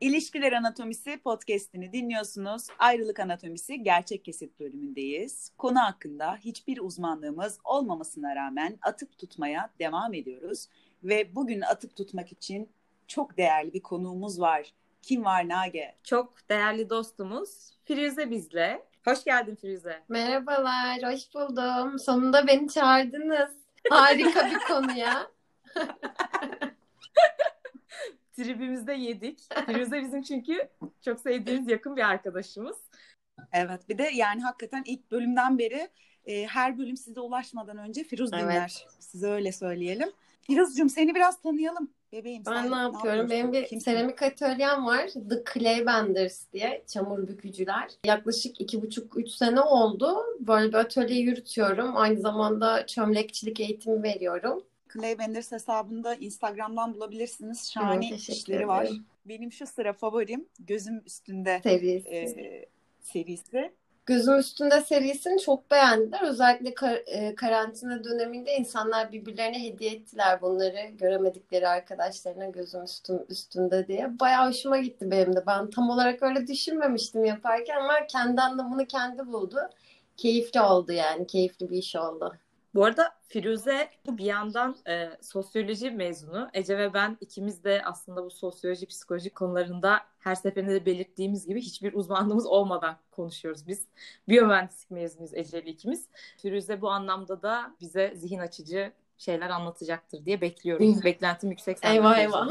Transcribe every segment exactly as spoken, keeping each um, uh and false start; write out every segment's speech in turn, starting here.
İlişkiler Anatomisi podcast'ini dinliyorsunuz. Ayrılık Anatomisi gerçek kesit bölümündeyiz. Konu hakkında hiçbir uzmanlığımız olmamasına rağmen atıp tutmaya devam ediyoruz. Ve bugün atıp tutmak için çok değerli bir konuğumuz var. Kim var Nage? Çok değerli dostumuz Firuze bizle. Hoş geldin Firuze. Merhabalar, hoş buldum. Sonunda beni çağırdınız. Harika bir konuya. Tribimizde yedik. Firuze bizim çünkü çok sevdiğimiz yakın bir arkadaşımız. Evet, bir de yani hakikaten ilk bölümden beri e, her bölüm size ulaşmadan önce Firuz Evet. dinler. Size öyle söyleyelim. Firuzcuğum seni biraz tanıyalım. Bebeğim Ben sen ne yapıyorum? Benim bir Kimsin? seramik atölyem var. The Clay Benders diye. Çamur bükücüler. Yaklaşık iki buçuk üç sene oldu. Böyle bir atölye yürütüyorum. Aynı zamanda çömlekçilik eğitimi veriyorum. Clay Benders hesabında Instagram'dan bulabilirsiniz. Şahane Evet, işleri var. Benim şu sıra favorim Gözüm Üstünde serisi. E, serisi. Gözüm Üstünde serisini çok beğendiler. Özellikle kar- e, karantina döneminde insanlar birbirlerine hediye ettiler bunları. Göremedikleri arkadaşlarına gözüm üstüm, üstünde diye. Bayağı hoşuma gitti benim de. Ben tam olarak öyle düşünmemiştim yaparken ama kendi anlamını kendi buldu. Keyifli oldu yani. Keyifli bir iş oldu. Bu arada Firuze bir yandan e, sosyoloji mezunu. Ece ve ben ikimiz de aslında bu sosyoloji, psikoloji konularında her seferinde de belirttiğimiz gibi hiçbir uzmanlığımız olmadan konuşuyoruz biz. Biyomühendislik mezunuyuz Ece'yle ikimiz. Firuze bu anlamda da bize zihin açıcı şeyler anlatacaktır diye bekliyorum. Beklentim yüksek. Eyvah eyvah.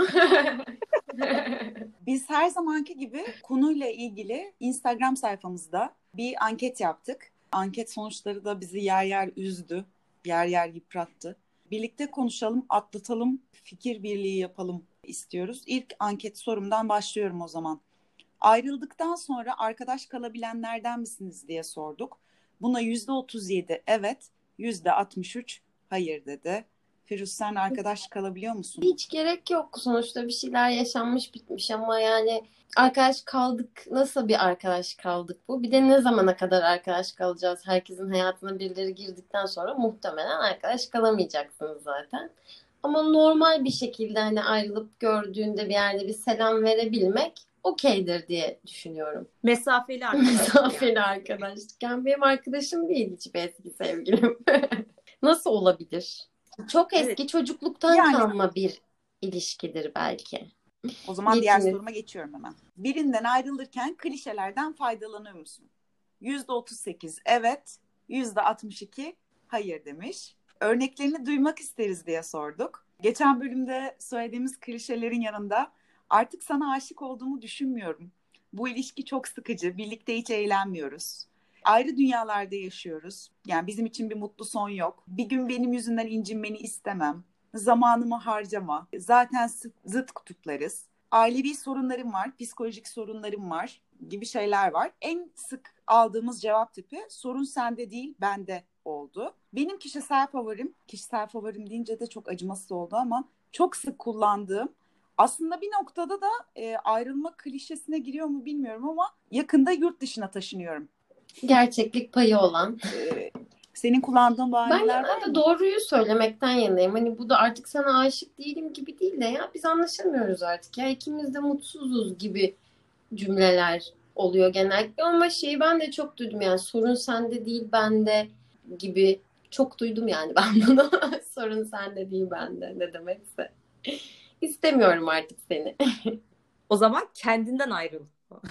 Biz her zamanki gibi konuyla ilgili Instagram sayfamızda bir anket yaptık. Anket sonuçları da bizi yer yer üzdü, yer yer yıprattı. Birlikte konuşalım, atlatalım, fikir birliği yapalım istiyoruz. İlk anket sorumdan başlıyorum o zaman. Ayrıldıktan sonra arkadaş kalabilenlerden misiniz diye sorduk. Buna yüzde otuz yedi evet, yüzde altmış üç hayır dedi. Firuz sen arkadaş kalabiliyor musun? Hiç gerek yok. Sonuçta bir şeyler yaşanmış bitmiş ama yani arkadaş kaldık. Nasıl bir arkadaş kaldık bu? Bir de ne zamana kadar arkadaş kalacağız? Herkesin hayatına birileri girdikten sonra muhtemelen arkadaş kalamayacaksınız zaten. Ama normal bir şekilde hani ayrılıp gördüğünde bir yerde bir selam verebilmek okeydir diye düşünüyorum. Mesafeli arkadaşlık. Mesafeli yani. Arkadaşlık. Yani benim arkadaşım değil hiçbir eski sevgilim. Nasıl olabilir? Çok eski, evet. Çocukluktan yani, kalma bir ilişkidir belki. O zaman Yetiniz. Diğer soruma geçiyorum hemen. Birinden ayrılırken klişelerden faydalanıyor musun? yüzde otuz sekiz evet, yüzde altmış iki hayır demiş. Örneklerini duymak isteriz diye sorduk. Geçen bölümde söylediğimiz klişelerin yanında artık sana aşık olduğumu düşünmüyorum. Bu ilişki çok sıkıcı, birlikte hiç eğlenmiyoruz. Ayrı dünyalarda yaşıyoruz. Yani bizim için bir mutlu son yok. Bir gün benim yüzümden incinmeni istemem. Zamanımı harcama. Zaten zıt kutuplarız. Ailevi sorunlarım var, psikolojik sorunlarım var gibi şeyler var. En sık aldığımız cevap tipi sorun sende değil bende oldu. Benim kişisel favorim, kişisel favorim deyince de çok acımasız oldu ama çok sık kullandığım, aslında bir noktada da e, ayrılma klişesine giriyor mu bilmiyorum ama yakında yurt dışına taşınıyorum. Gerçeklik payı olan. Ee, senin kullandığın bahaneler var mı? Ben de doğruyu söylemekten yanayım. Hani bu da artık sana aşık değilim gibi değil de ya biz anlaşamıyoruz artık ya ikimiz de mutsuzuz gibi cümleler oluyor genellikle ama şeyi ben de çok duydum yani sorun sende değil bende gibi çok duydum yani ben bunu. Sorun sende değil bende ne demekse. İstemiyorum artık seni. O zaman kendinden ayrıl.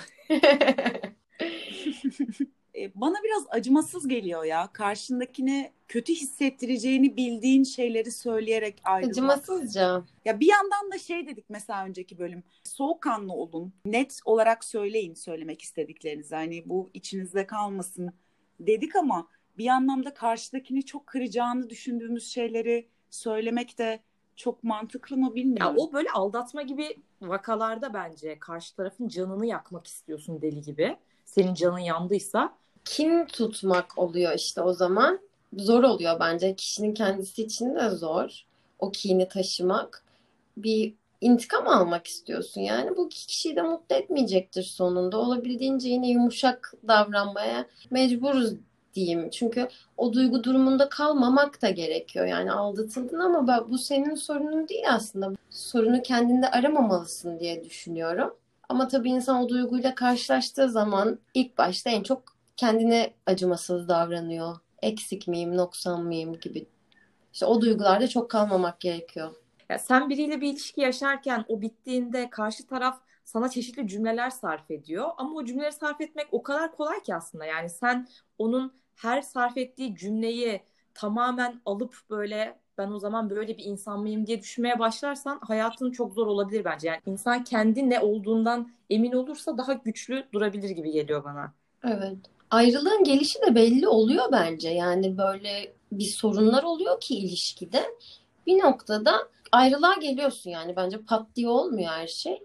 Bana biraz acımasız geliyor ya. Karşındakine kötü hissettireceğini bildiğin şeyleri söyleyerek ayrılmak. Acımasızca. Ya bir yandan da şey dedik mesela önceki bölüm. Soğukkanlı olun. Net olarak söyleyin söylemek istediklerinizi. Hani bu içinizde kalmasın dedik ama bir anlamda karşıdakini çok kıracağını düşündüğümüz şeyleri söylemek de çok mantıklı mı bilmiyorum. Ya o böyle aldatma gibi vakalarda bence karşı tarafın canını yakmak istiyorsun deli gibi. Senin canın yandıysa kin tutmak oluyor işte o zaman. Zor oluyor bence. Kişinin kendisi için de zor. O kini taşımak. Bir intikam almak istiyorsun. Yani bu kişiyi de mutlu etmeyecektir sonunda. Olabildiğince yine yumuşak davranmaya mecburuz diyeyim. Çünkü o duygu durumunda kalmamak da gerekiyor. Yani aldatıldın ama bu senin sorunun değil aslında. Sorunu kendinde aramamalısın diye düşünüyorum. Ama tabii insan o duyguyla karşılaştığı zaman ilk başta en çok kendine acımasız davranıyor. Eksik miyim, noksan mıyım gibi. İşte o duygularda çok kalmamak gerekiyor. Ya sen biriyle bir ilişki yaşarken o bittiğinde karşı taraf sana çeşitli cümleler sarf ediyor. Ama o cümleleri sarf etmek o kadar kolay ki aslında. Yani sen onun her sarf ettiği cümleyi tamamen alıp böyle ben o zaman böyle bir insan mıyım diye düşünmeye başlarsan hayatın çok zor olabilir bence. Yani insan kendi ne olduğundan emin olursa daha güçlü durabilir gibi geliyor bana. Evet. Ayrılığın gelişi de belli oluyor bence. Yani böyle bir sorunlar oluyor ki ilişkide. Bir noktada ayrılığa geliyorsun yani. Bence pat diye olmuyor her şey.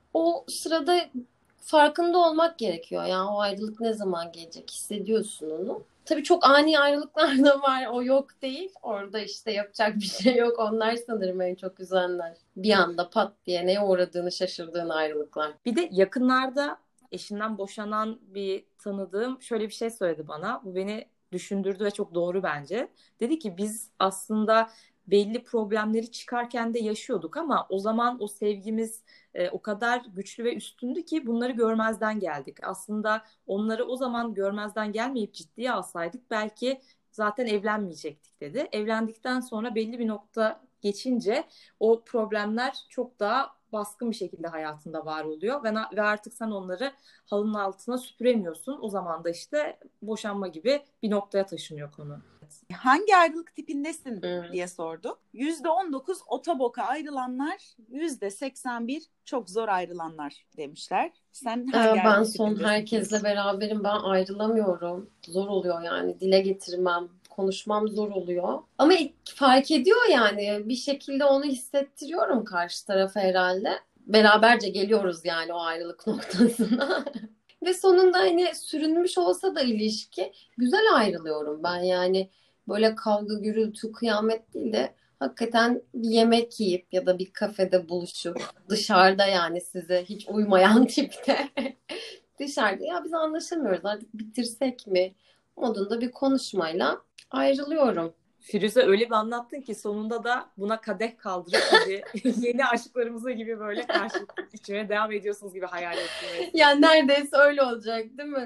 O sırada farkında olmak gerekiyor. Yani o ayrılık ne zaman gelecek hissediyorsun onu. Tabii çok ani ayrılıklar da var. O yok değil. Orada işte yapacak bir şey yok. Onlar sanırım en çok üzenler. Bir anda pat diye neye uğradığını şaşırdığın ayrılıklar. Bir de yakınlarda eşinden boşanan bir tanıdığım şöyle bir şey söyledi bana. Bu beni düşündürdü ve çok doğru bence. Dedi ki biz aslında belli problemleri çıkarken de yaşıyorduk ama o zaman o sevgimiz e, o kadar güçlü ve üstündü ki bunları görmezden geldik. Aslında onları o zaman görmezden gelmeyip ciddiye alsaydık belki zaten evlenmeyecektik dedi. Evlendikten sonra belli bir nokta geçince o problemler çok daha baskın bir şekilde hayatında var oluyor ve, ve artık sen onları halının altına süpüremiyorsun. O zaman da işte boşanma gibi bir noktaya taşınıyor konu. Hangi ayrılık tipindesin Hmm. diye sorduk. yüzde on dokuz otoboka ayrılanlar, yüzde seksen bir çok zor ayrılanlar demişler. Sen hangi Ee, ben ayrılık son tipindesin? herkesle beraberim. Ben ayrılamıyorum. Zor oluyor yani. Dile getirmem, konuşmam zor oluyor. Ama ilk fark ediyor yani. Bir şekilde onu hissettiriyorum karşı tarafa herhalde. Beraberce geliyoruz yani o ayrılık noktasına. Ve sonunda hani sürünmüş olsa da ilişki güzel ayrılıyorum ben yani. Böyle kavga, gürültü, kıyamet değil de hakikaten bir yemek yiyip ya da bir kafede buluşup dışarıda yani size hiç uymayan tipte dışarıda ya biz anlaşamıyoruz artık bitirsek mi modunda bir konuşmayla ayrılıyorum. Firuze öyle bir anlattın ki sonunda da buna kadeh kaldırıp gibi yeni aşklarımıza gibi böyle karşılıklı içmeye devam ediyorsunuz gibi hayal ettim. Yani neredeyse öyle olacak değil mi?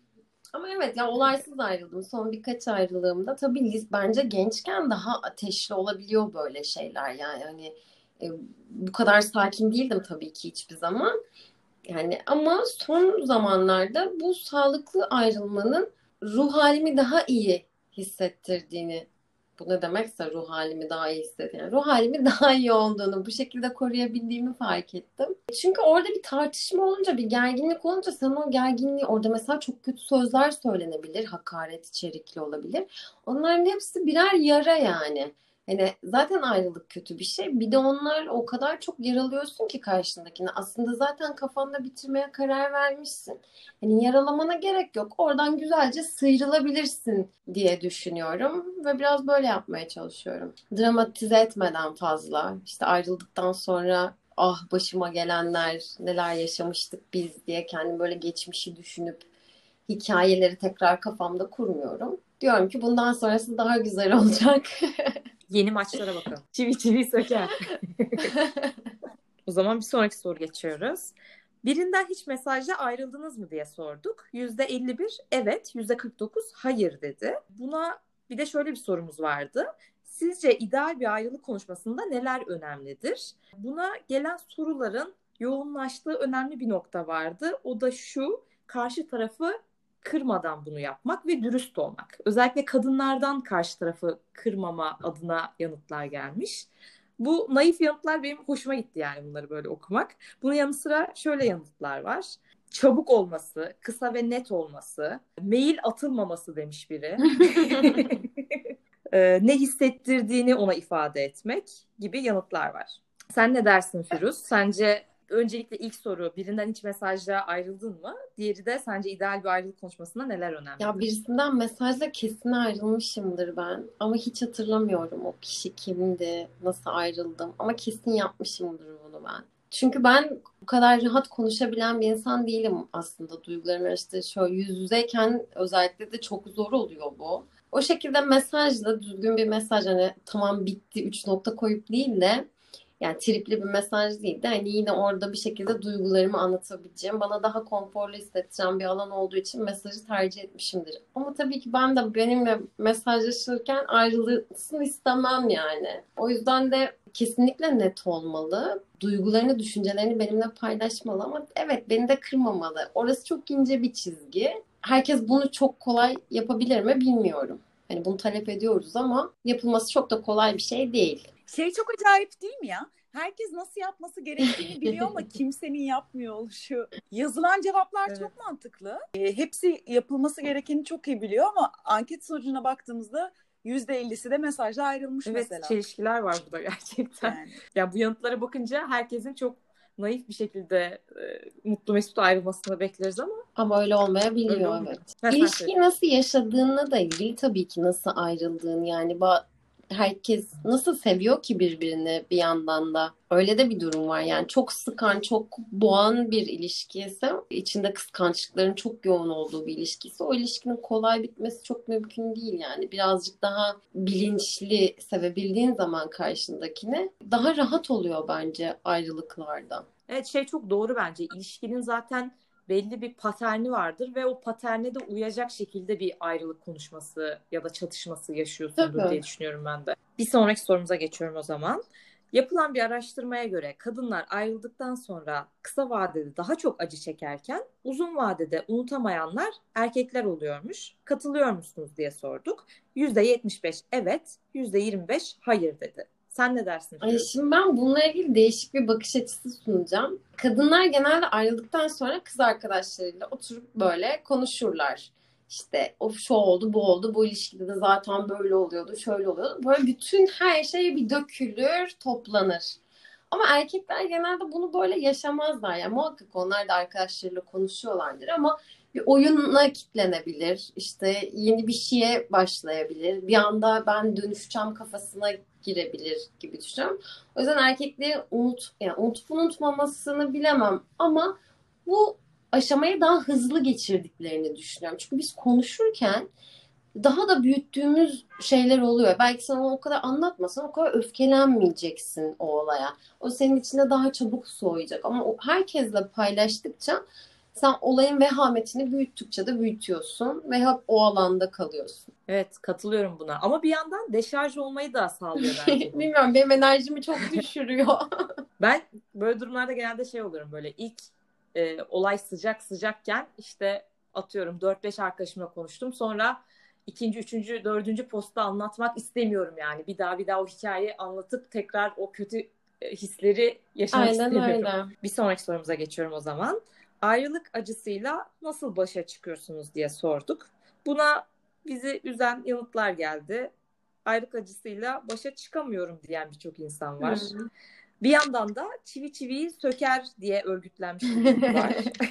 Ama evet ya olaysız ayrıldım. Son birkaç ayrılığımda tabii lis- bence gençken daha ateşli olabiliyor böyle şeyler. Yani hani e, bu kadar sakin değildim tabii ki hiçbir zaman. Yani ama son zamanlarda bu sağlıklı ayrılmanın ruh halimi daha iyi hissettirdiğini, bu ne demekse ruh halimi daha iyi hissettiğini, yani ruh halimi daha iyi olduğunu, bu şekilde koruyabildiğimi fark ettim. Çünkü orada bir tartışma olunca, bir gerginlik olunca sen o gerginliği, orada mesela çok kötü sözler söylenebilir, hakaret içerikli olabilir. Onların hepsi birer yara yani. Hani zaten ayrılık kötü bir şey. Bir de onlar o kadar çok yaralıyorsun ki karşındakini. Aslında zaten kafanda bitirmeye karar vermişsin. Hani yaralamana gerek yok. Oradan güzelce sıyrılabilirsin diye düşünüyorum. Ve biraz böyle yapmaya çalışıyorum. Dramatize etmeden fazla. İşte ayrıldıktan sonra ah başıma gelenler, neler yaşamıştık biz diye kendimi böyle geçmişi düşünüp hikayeleri tekrar kafamda kurmuyorum. Diyorum ki bundan sonrası daha güzel olacak. Yeni maçlara bakalım. Çivi çivi söker. O zaman bir sonraki soru geçiyoruz. Birinden hiç mesajla ayrıldınız mı diye sorduk. yüzde elli bir evet, yüzde kırk dokuz hayır dedi. Buna bir de şöyle bir sorumuz vardı. Sizce ideal bir ayrılık konuşmasında neler önemlidir? Buna gelen soruların yoğunlaştığı önemli bir nokta vardı. O da şu, karşı tarafı kırmadan bunu yapmak ve dürüst olmak. Özellikle kadınlardan karşı tarafı kırmama adına yanıtlar gelmiş. Bu naif yanıtlar benim hoşuma gitti yani bunları böyle okumak. Bunun yanı sıra şöyle yanıtlar var. Çabuk olması, kısa ve net olması, mail atılmaması demiş biri. Ee, ne hissettirdiğini ona ifade etmek gibi yanıtlar var. Sen ne dersin Firuz? Sence öncelikle ilk soru birinden hiç mesajla ayrıldın mı? Diğeri de sence ideal bir ayrılık konuşmasında neler önemli? Ya birisinden mesajla kesin ayrılmışımdır ben. Ama hiç hatırlamıyorum o kişi kimdi, nasıl ayrıldım. Ama kesin yapmışımdır bunu ben. Çünkü ben bu kadar rahat konuşabilen bir insan değilim aslında duygularımı. İşte şöyle yüz yüzeyken özellikle de çok zor oluyor bu. O şekilde mesajla düzgün bir mesaj hani tamam bitti üç nokta koyup değil de Yani tripli bir mesaj değil de hani yine orada bir şekilde duygularımı anlatabileceğim, bana daha konforlu hissettiren bir alan olduğu için mesajı tercih etmişimdir. Ama tabii ki ben de benimle mesajlaşırken ayrılsın istemem yani. O yüzden de kesinlikle net olmalı. Duygularını, düşüncelerini benimle paylaşmalı ama evet, beni de kırmamalı. Orası çok ince bir çizgi. Herkes bunu çok kolay yapabilir mi bilmiyorum. Hani bunu talep ediyoruz ama yapılması çok da kolay bir şey değil. Şey çok acayip değil mi ya? Herkes nasıl yapması gerektiğini biliyor ama kimsenin yapmıyor oluşu. Yazılan cevaplar Evet. çok mantıklı. E, hepsi yapılması gerekeni çok iyi biliyor ama anket sonucuna baktığımızda yüzde ellisi de mesajla ayrılmış Evet, mesela. çelişkiler var burada gerçekten. Yani. Ya bu yanıtlara bakınca herkesin çok naif bir şekilde e, mutlu mesut ayrılmasını bekleriz ama Ama öyle olmayabiliyor, öyle olmuyor. evet. Ha, sen İlişkiyi söyle. nasıl yaşadığınla da ilgili tabii ki, nasıl ayrıldığın yani. Ba- herkes nasıl seviyor ki birbirini bir yandan da. Öyle de bir durum var yani. Çok sıkan, çok boğan bir ilişki ise, içinde kıskançlıkların çok yoğun olduğu bir ilişki ise, o ilişkinin kolay bitmesi çok mümkün değil yani. Birazcık daha bilinçli sevebildiğin zaman karşındakini, daha rahat oluyor bence ayrılıklarda. Evet, şey çok doğru bence. İlişkinin zaten belli bir paterni vardır ve o paterne de uyacak şekilde bir ayrılık konuşması ya da çatışması yaşıyorsundur Tabii. diye düşünüyorum ben de. Bir sonraki sorumuza geçiyorum o zaman. Yapılan bir araştırmaya göre kadınlar ayrıldıktan sonra kısa vadede daha çok acı çekerken uzun vadede unutamayanlar erkekler oluyormuş. Katılıyor musunuz diye sorduk. yüzde yetmiş beş evet, yüzde yirmi beş hayır dedi. Sen ne dersin Ay Firuze? şimdi ben bununla ilgili değişik bir bakış açısı sunacağım. Kadınlar genelde ayrıldıktan sonra kız arkadaşlarıyla oturup böyle konuşurlar. İşte o şu oldu, bu oldu, bu ilişkide de zaten böyle oluyordu, şöyle oluyordu. Böyle bütün her şey bir dökülür, toplanır. Ama erkekler genelde bunu böyle yaşamazlar. Yani muhakkak onlar da arkadaşlarıyla konuşuyorlardır ama bir oyuna kitlenebilir. İşte yeni bir şeye başlayabilir. Bir anda ben dönüşeceğim kafasına girebilir gibi düşünüyorum. O yüzden erkeklerin unut, yani unutup unutmamasını bilemem ama bu aşamayı daha hızlı geçirdiklerini düşünüyorum. Çünkü biz konuşurken daha da büyüttüğümüz şeyler oluyor. Belki sana o kadar anlatmasan o kadar öfkelenmeyeceksin o olaya. O senin içinde daha çabuk soğuyacak. Ama o herkesle paylaştıkça sen olayın vehametini büyüttükçe de büyütüyorsun ve hep o alanda kalıyorsun. Evet, katılıyorum buna. Ama bir yandan deşarj olmayı da sağlıyor bence bu. Bilmiyorum, benim enerjimi çok düşürüyor. Ben böyle durumlarda genelde şey oluyorum, böyle ilk e, olay sıcak sıcakken işte atıyorum dört beş arkadaşımla konuştum. Sonra ikinci, üçüncü, dördüncü posta anlatmak istemiyorum yani. Bir daha bir daha o hikayeyi anlatıp tekrar o kötü e, hisleri yaşamak Aynen istemiyorum. öyle. Bir sonraki sorumuza geçiyorum o zaman. Ayrılık acısıyla nasıl başa çıkıyorsunuz diye sorduk. Buna bizi üzen yanıtlar geldi. Ayrılık acısıyla başa çıkamıyorum diyen birçok insan var. Hmm. Bir yandan da çivi çiviyi söker diye örgütlenmiş bir grup var.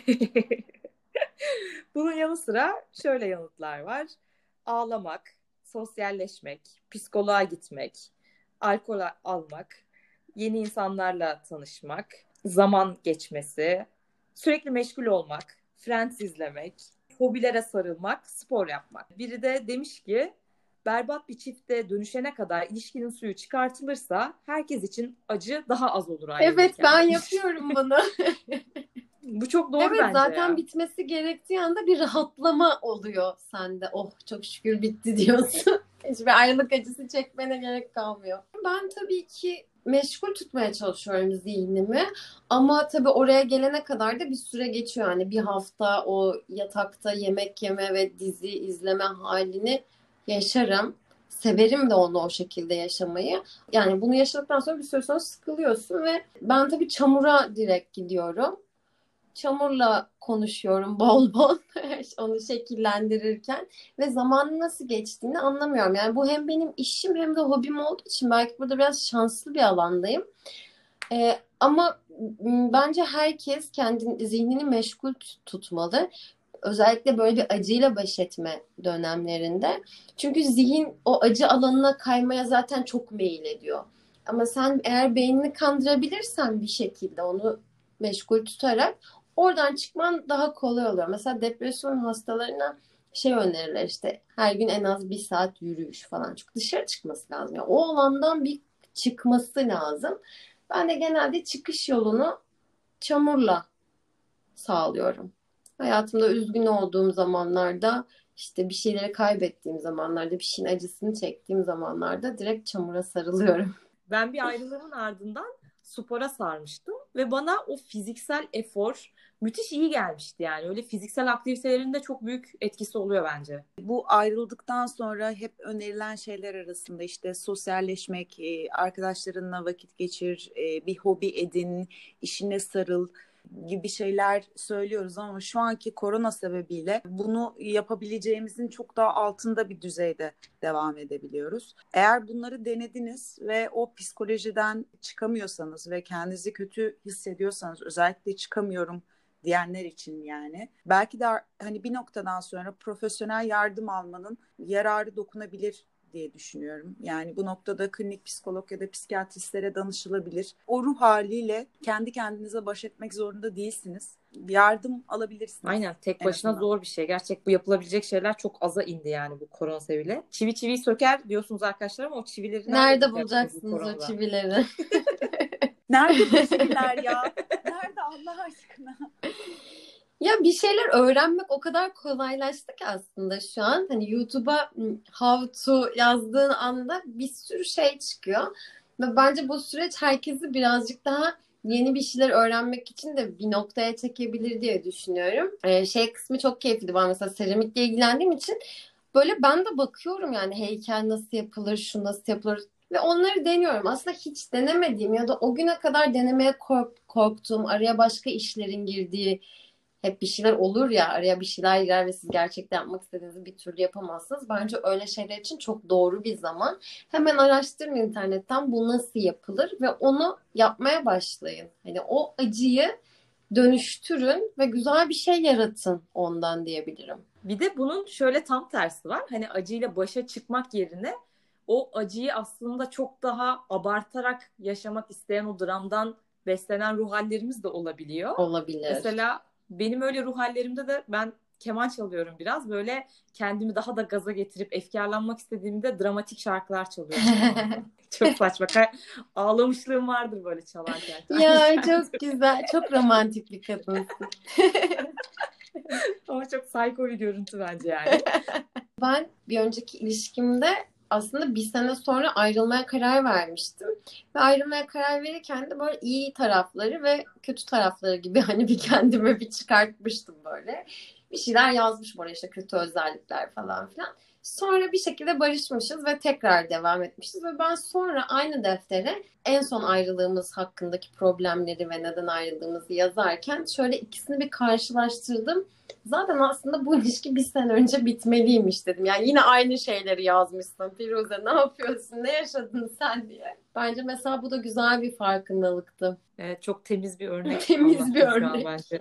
Bunun yanı sıra şöyle yanıtlar var. Ağlamak, sosyalleşmek, psikoloğa gitmek, alkol almak, yeni insanlarla tanışmak, zaman geçmesi, sürekli meşgul olmak, Friends izlemek, hobilere sarılmak, spor yapmak. Biri de demiş ki berbat bir çifte dönüşene kadar ilişkinin suyu çıkartılırsa herkes için acı daha az olur ayrılırken. Evet, ben demiş. yapıyorum bunu. Bu çok doğru Evet, bence zaten ya. bitmesi gerektiği anda bir rahatlama oluyor sende. Oh, çok şükür bitti diyorsun. Hiçbir ayrılık acısı çekmene gerek kalmıyor. Ben tabii ki meşgul tutmaya çalışıyorum zihnimi. Ama tabii oraya gelene kadar da bir süre geçiyor. Yani bir hafta o yatakta yemek yeme ve dizi izleme halini yaşarım. Severim de onu o şekilde yaşamayı. Yani bunu yaşadıktan sonra bir süre sonra sıkılıyorsun ve ben tabii çamura direkt gidiyorum. Çamurla konuşuyorum bol bol onu şekillendirirken ve zamanın nasıl geçtiğini anlamıyorum. Yani bu hem benim işim hem de hobim olduğu için belki burada biraz şanslı bir alandayım. Ee, ama m, bence herkes kendini, zihnini meşgul tutmalı. Özellikle böyle bir acıyla baş etme dönemlerinde. Çünkü zihin o acı alanına kaymaya zaten çok meyil ediyor. Ama sen eğer beynini kandırabilirsen bir şekilde onu meşgul tutarak oradan çıkman daha kolay oluyor. Mesela depresyon hastalarına şey önerirler, işte her gün en az bir saat yürüyüş falan. Çünkü dışarı çıkması lazım. Yani o alandan bir çıkması lazım. Ben de genelde çıkış yolunu çamurla sağlıyorum. Hayatımda üzgün olduğum zamanlarda, işte bir şeyleri kaybettiğim zamanlarda, bir şeyin acısını çektiğim zamanlarda direkt çamura sarılıyorum. Ben bir ayrılığımın ardından spora sarmıştım ve bana o fiziksel efor müthiş iyi gelmişti yani. Öyle fiziksel aktivitelerin de çok büyük etkisi oluyor bence. Bu ayrıldıktan sonra hep önerilen şeyler arasında işte sosyalleşmek, e, arkadaşlarınla vakit geçir, e, bir hobi edin, işine sarıl gibi şeyler söylüyoruz ama şu anki korona sebebiyle bunu yapabileceğimizin çok daha altında bir düzeyde devam edebiliyoruz. Eğer bunları denediniz ve o psikolojiden çıkamıyorsanız ve kendinizi kötü hissediyorsanız, özellikle çıkamıyorum diyenler için yani, belki de hani bir noktadan sonra profesyonel yardım almanın yararı dokunabilir diye düşünüyorum. Yani bu noktada klinik psikolog ya da psikiyatristlere danışılabilir. O ruh haliyle kendi kendinize baş etmek zorunda değilsiniz. Yardım alabilirsiniz. Aynen, tek başına zor bir şey. Gerçek bu yapılabilecek şeyler çok aza indi yani bu korona sebebiyle. Çivi çiviyi söker diyorsunuz arkadaşlar ama o çivileri nerede, nerede bulacaksınız o çivileri? Nerede bu çiviler ya? Nerede Allah aşkına? Ya bir şeyler öğrenmek o kadar kolaylaştı ki aslında şu an. Hani YouTube'a how to yazdığın anda bir sürü şey çıkıyor. Ve bence bu süreç herkesi birazcık daha yeni bir şeyler öğrenmek için de bir noktaya çekebilir diye düşünüyorum. Ee, şey kısmı çok keyifli. Ben mesela seramikle ilgilendiğim için böyle ben de bakıyorum yani heykel nasıl yapılır, şu nasıl yapılır ve onları deniyorum. Aslında hiç denemediğim ya da o güne kadar denemeye kork- korktuğum, araya başka işlerin girdiği, hep bir şeyler olur ya, araya bir şeyler girer ve siz gerçekten yapmak istediğinizi bir türlü yapamazsınız. Bence öyle şeyler için çok doğru bir zaman. Hemen araştırın internetten bu nasıl yapılır ve onu yapmaya başlayın. Hani o acıyı dönüştürün ve güzel bir şey yaratın ondan diyebilirim. Bir de bunun şöyle tam tersi var. Hani acıyla başa çıkmak yerine o acıyı aslında çok daha abartarak yaşamak isteyen, o dramdan beslenen ruh hallerimiz de olabiliyor. Olabilir. Mesela benim öyle ruh hallerimde de ben keman çalıyorum biraz. Böyle kendimi daha da gaza getirip efkarlanmak istediğimde dramatik şarkılar çalıyorum. Çok saçma. Ağlamışlığım vardır böyle çalarken. Ya çok güzel. Çok romantik bir kadınsın. Ama çok psycho bir görüntü bence yani. Ben bir önceki ilişkimde aslında bir sene sonra ayrılmaya karar vermiştim. Ve ayrılmaya karar verirken de böyle iyi tarafları ve kötü tarafları gibi hani bir kendime bir çıkartmıştım böyle. Bir şeyler yazmış böyle işte kötü özellikler falan filan. Sonra bir şekilde barışmışız ve tekrar devam etmişiz. Ve ben sonra aynı deftere en son ayrılığımız hakkındaki problemleri ve neden ayrıldığımızı yazarken şöyle ikisini bir karşılaştırdım. Zaten aslında bu ilişki bir sene önce bitmeliymiş dedim. Yani yine aynı şeyleri yazmışsın Firuze, ne yapıyorsun, ne yaşadın sen diye. Bence mesela bu da güzel bir farkındalıktı. Evet, çok temiz bir örnek. Temiz bir örnek. Bence.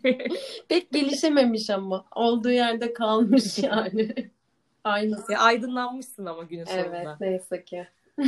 Pek gelişememiş ama olduğu yerde kalmış yani. Aynısı. Ya, aydınlanmışsın ama günün sonunda. Evet, neyse ki.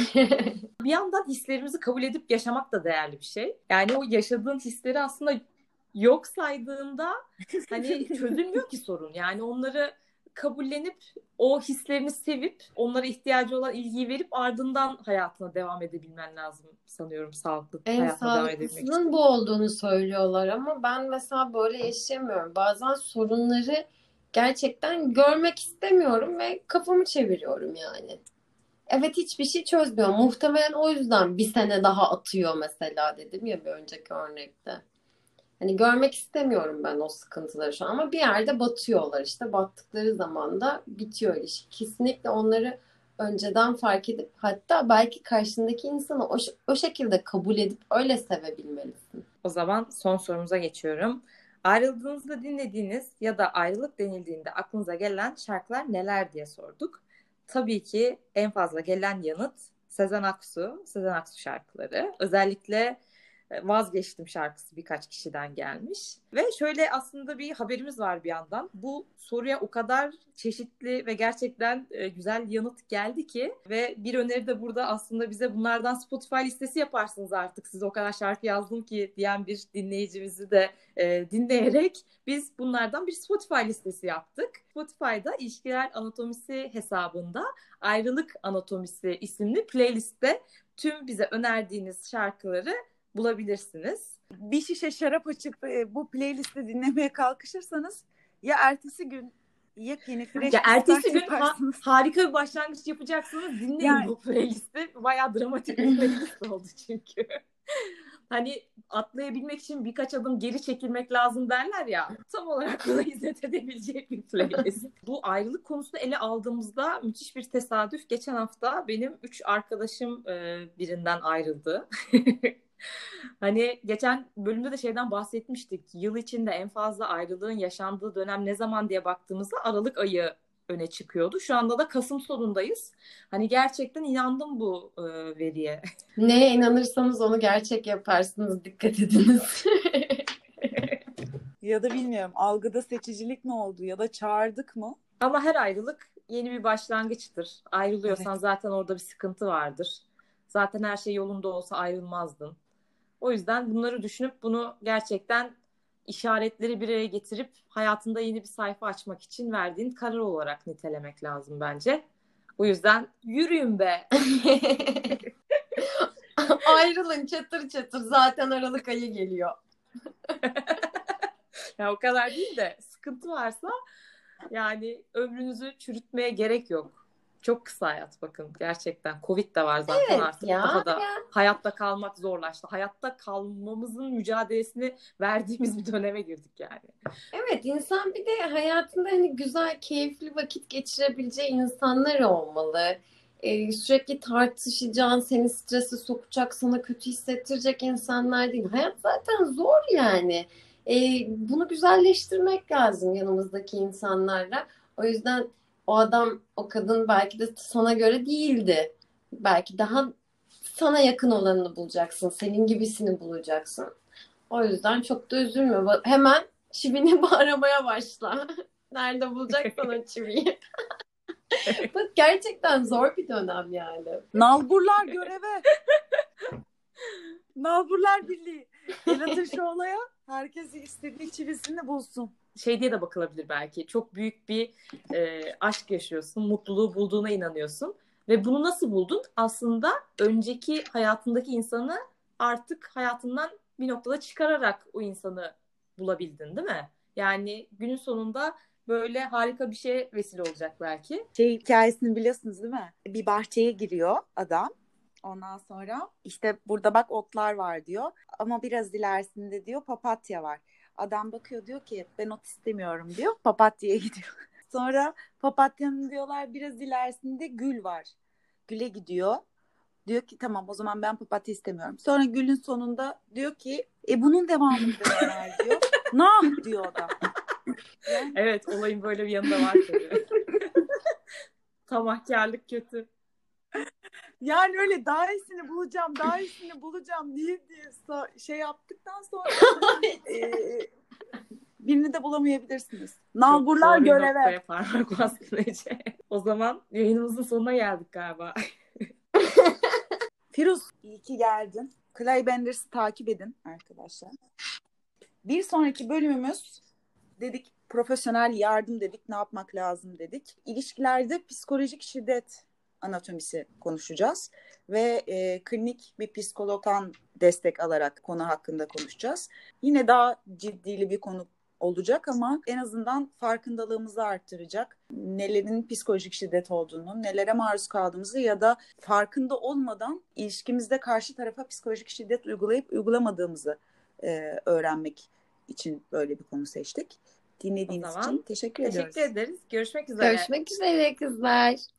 Bir yandan hislerimizi kabul edip yaşamak da değerli bir şey. Yani o yaşadığın hisleri aslında yok saydığında hani çözülmüyor ki sorun. Yani onları kabullenip o hislerini sevip onlara ihtiyacı olan ilgiyi verip ardından hayatına devam edebilmen lazım sanıyorum, sağlıklı en hayatına devam edebilmek için. En sağlıklısının bu olduğunu söylüyorlar ama ben mesela böyle yaşayamıyorum. Bazen sorunları gerçekten görmek istemiyorum ve kafamı çeviriyorum yani. Evet, hiçbir şey çözmüyor. Muhtemelen o yüzden bir sene daha atıyor mesela dedim ya bir önceki örnekte. Hani görmek istemiyorum ben o sıkıntıları şu an ama bir yerde batıyorlar işte. Battıkları zaman da bitiyor ilişki. Kesinlikle onları önceden fark edip hatta belki karşındaki insanı o, o şekilde kabul edip öyle sevebilmelisin. O zaman son sorumuza geçiyorum. Ayrıldığınızda dinlediğiniz ya da ayrılık denildiğinde aklınıza gelen şarkılar neler diye sorduk. Tabii ki en fazla gelen yanıt Sezen Aksu, Sezen Aksu şarkıları. Özellikle Vazgeçtim şarkısı birkaç kişiden gelmiş. Ve şöyle aslında bir haberimiz var bir yandan. Bu soruya o kadar çeşitli ve gerçekten güzel yanıt geldi ki ve bir öneri de burada aslında bize bunlardan Spotify listesi yaparsınız artık. Siz o kadar şarkı yazdım ki diyen bir dinleyicimizi de e, dinleyerek biz bunlardan bir Spotify listesi yaptık. Spotify'da İlişkiler Anatomisi hesabında Ayrılık Anatomisi isimli playlistte tüm bize önerdiğiniz şarkıları bulabilirsiniz. Bir şişe şarap açıp e, bu playlisti dinlemeye kalkışırsanız ya ertesi gün yepyeni fresh ya bir ertesi start gün ha- yaparsınız. harika bir başlangıç yapacaksınız. Dinleyin Yani- bu playlisti. Bayağı dramatik bir playlist oldu çünkü. Hani atlayabilmek için birkaç adım geri çekilmek lazım derler ya. Tam olarak buna hizmet edebilecek bir playlist. Bu ayrılık konusunu ele aldığımızda müthiş bir tesadüf. Geçen hafta benim üç arkadaşım e, birinden ayrıldı. Hani geçen bölümde de şeyden bahsetmiştik. Yıl içinde en fazla ayrılığın yaşandığı dönem ne zaman diye baktığımızda Aralık ayı öne çıkıyordu. Şu anda da Kasım sonundayız. Hani gerçekten inandım bu e, veriye. Neye inanırsanız onu gerçek yaparsınız. Dikkat ediniz. Ya da bilmiyorum, algıda seçicilik mi oldu ya da çağırdık mı? Ama her ayrılık yeni bir başlangıçtır. Ayrılıyorsan Evet. zaten orada bir sıkıntı vardır. Zaten her şey yolunda olsa ayrılmazdın. O yüzden bunları düşünüp bunu gerçekten işaretleri bir araya getirip hayatında yeni bir sayfa açmak için verdiğin karar olarak nitelemek lazım bence. O yüzden yürüyün be. Ayrılın çatır çatır. Zaten Aralık ayı geliyor. Ya o kadar değil de sıkıntı varsa yani ömrünüzü çürütmeye gerek yok. Çok kısa hayat bakın gerçekten. Covid de var zaten Evet artık ya, daha da ya. hayatta kalmak zorlaştı. Hayatta kalmamızın mücadelesini verdiğimiz bir döneme girdik yani. Evet, insan bir de hayatında hani güzel, keyifli vakit geçirebileceği insanlar olmalı. Ee, sürekli tartışacağın, seni strese sokacak, sana kötü hissettirecek insanlar değil. Hayat zaten zor yani. Ee, bunu güzelleştirmek lazım yanımızdaki insanlarla. O yüzden o adam, o kadın belki de sana göre değildi. Belki daha sana yakın olanını bulacaksın. Senin gibisini bulacaksın. O yüzden çok da üzülme. Bak, hemen çivini aramaya başla. Nerede bulacaksan o çiviyi. Bak, gerçekten zor bir dönem yani. Nalburlar göreve. Nalburlar Birliği. El atın şu olaya. Herkes istediği çivisini bulsun. Şey diye de bakılabilir belki. Çok büyük bir e, aşk yaşıyorsun. Mutluluğu bulduğuna inanıyorsun. Ve bunu nasıl buldun? Aslında önceki hayatındaki insanı artık hayatından bir noktada çıkararak o insanı bulabildin, değil mi? Yani günün sonunda böyle harika bir şeye vesile olacak belki. Şey hikayesini biliyorsunuz değil mi? Bir bahçeye giriyor adam. Ondan sonra işte burada bak otlar var diyor. Ama biraz ilerisinde diyor papatya var. Adam bakıyor diyor ki ben ot istemiyorum diyor. Papatya'ya gidiyor. Sonra papatyanın diyorlar biraz ilerisinde gül var. Güle gidiyor. Diyor ki tamam o zaman ben papatya istemiyorum. Sonra gülün sonunda diyor ki e bunun devamında ne var diyor. Nah diyor adam. Yani... Evet, olayın böyle bir yanı da var tabii. Tamahkarlık kötü. Yani öyle daha iyisini bulacağım, daha iyisini bulacağım diye diye şey yaptıktan sonra e, birini de bulamayabilirsiniz. Nalburlar Çok doğru göreve. noktaya parmak bastın Ece. O zaman yayınımızın sonuna geldik galiba. Firuz iyi ki geldin. Clay Benders'ı takip edin arkadaşlar. Bir sonraki bölümümüz dedik profesyonel yardım dedik, ne yapmak lazım dedik. İlişkilerde psikolojik şiddet anatomisi konuşacağız ve e, klinik bir psikologdan destek alarak konu hakkında konuşacağız. Yine daha ciddili bir konu olacak ama en azından farkındalığımızı arttıracak. Nelerin psikolojik şiddet olduğunu, nelere maruz kaldığımızı ya da farkında olmadan ilişkimizde karşı tarafa psikolojik şiddet uygulayıp uygulamadığımızı e, öğrenmek için böyle bir konu seçtik. Dinlediğiniz için teşekkür, teşekkür ediyoruz. ederiz. Görüşmek üzere. Görüşmek üzere kızlar.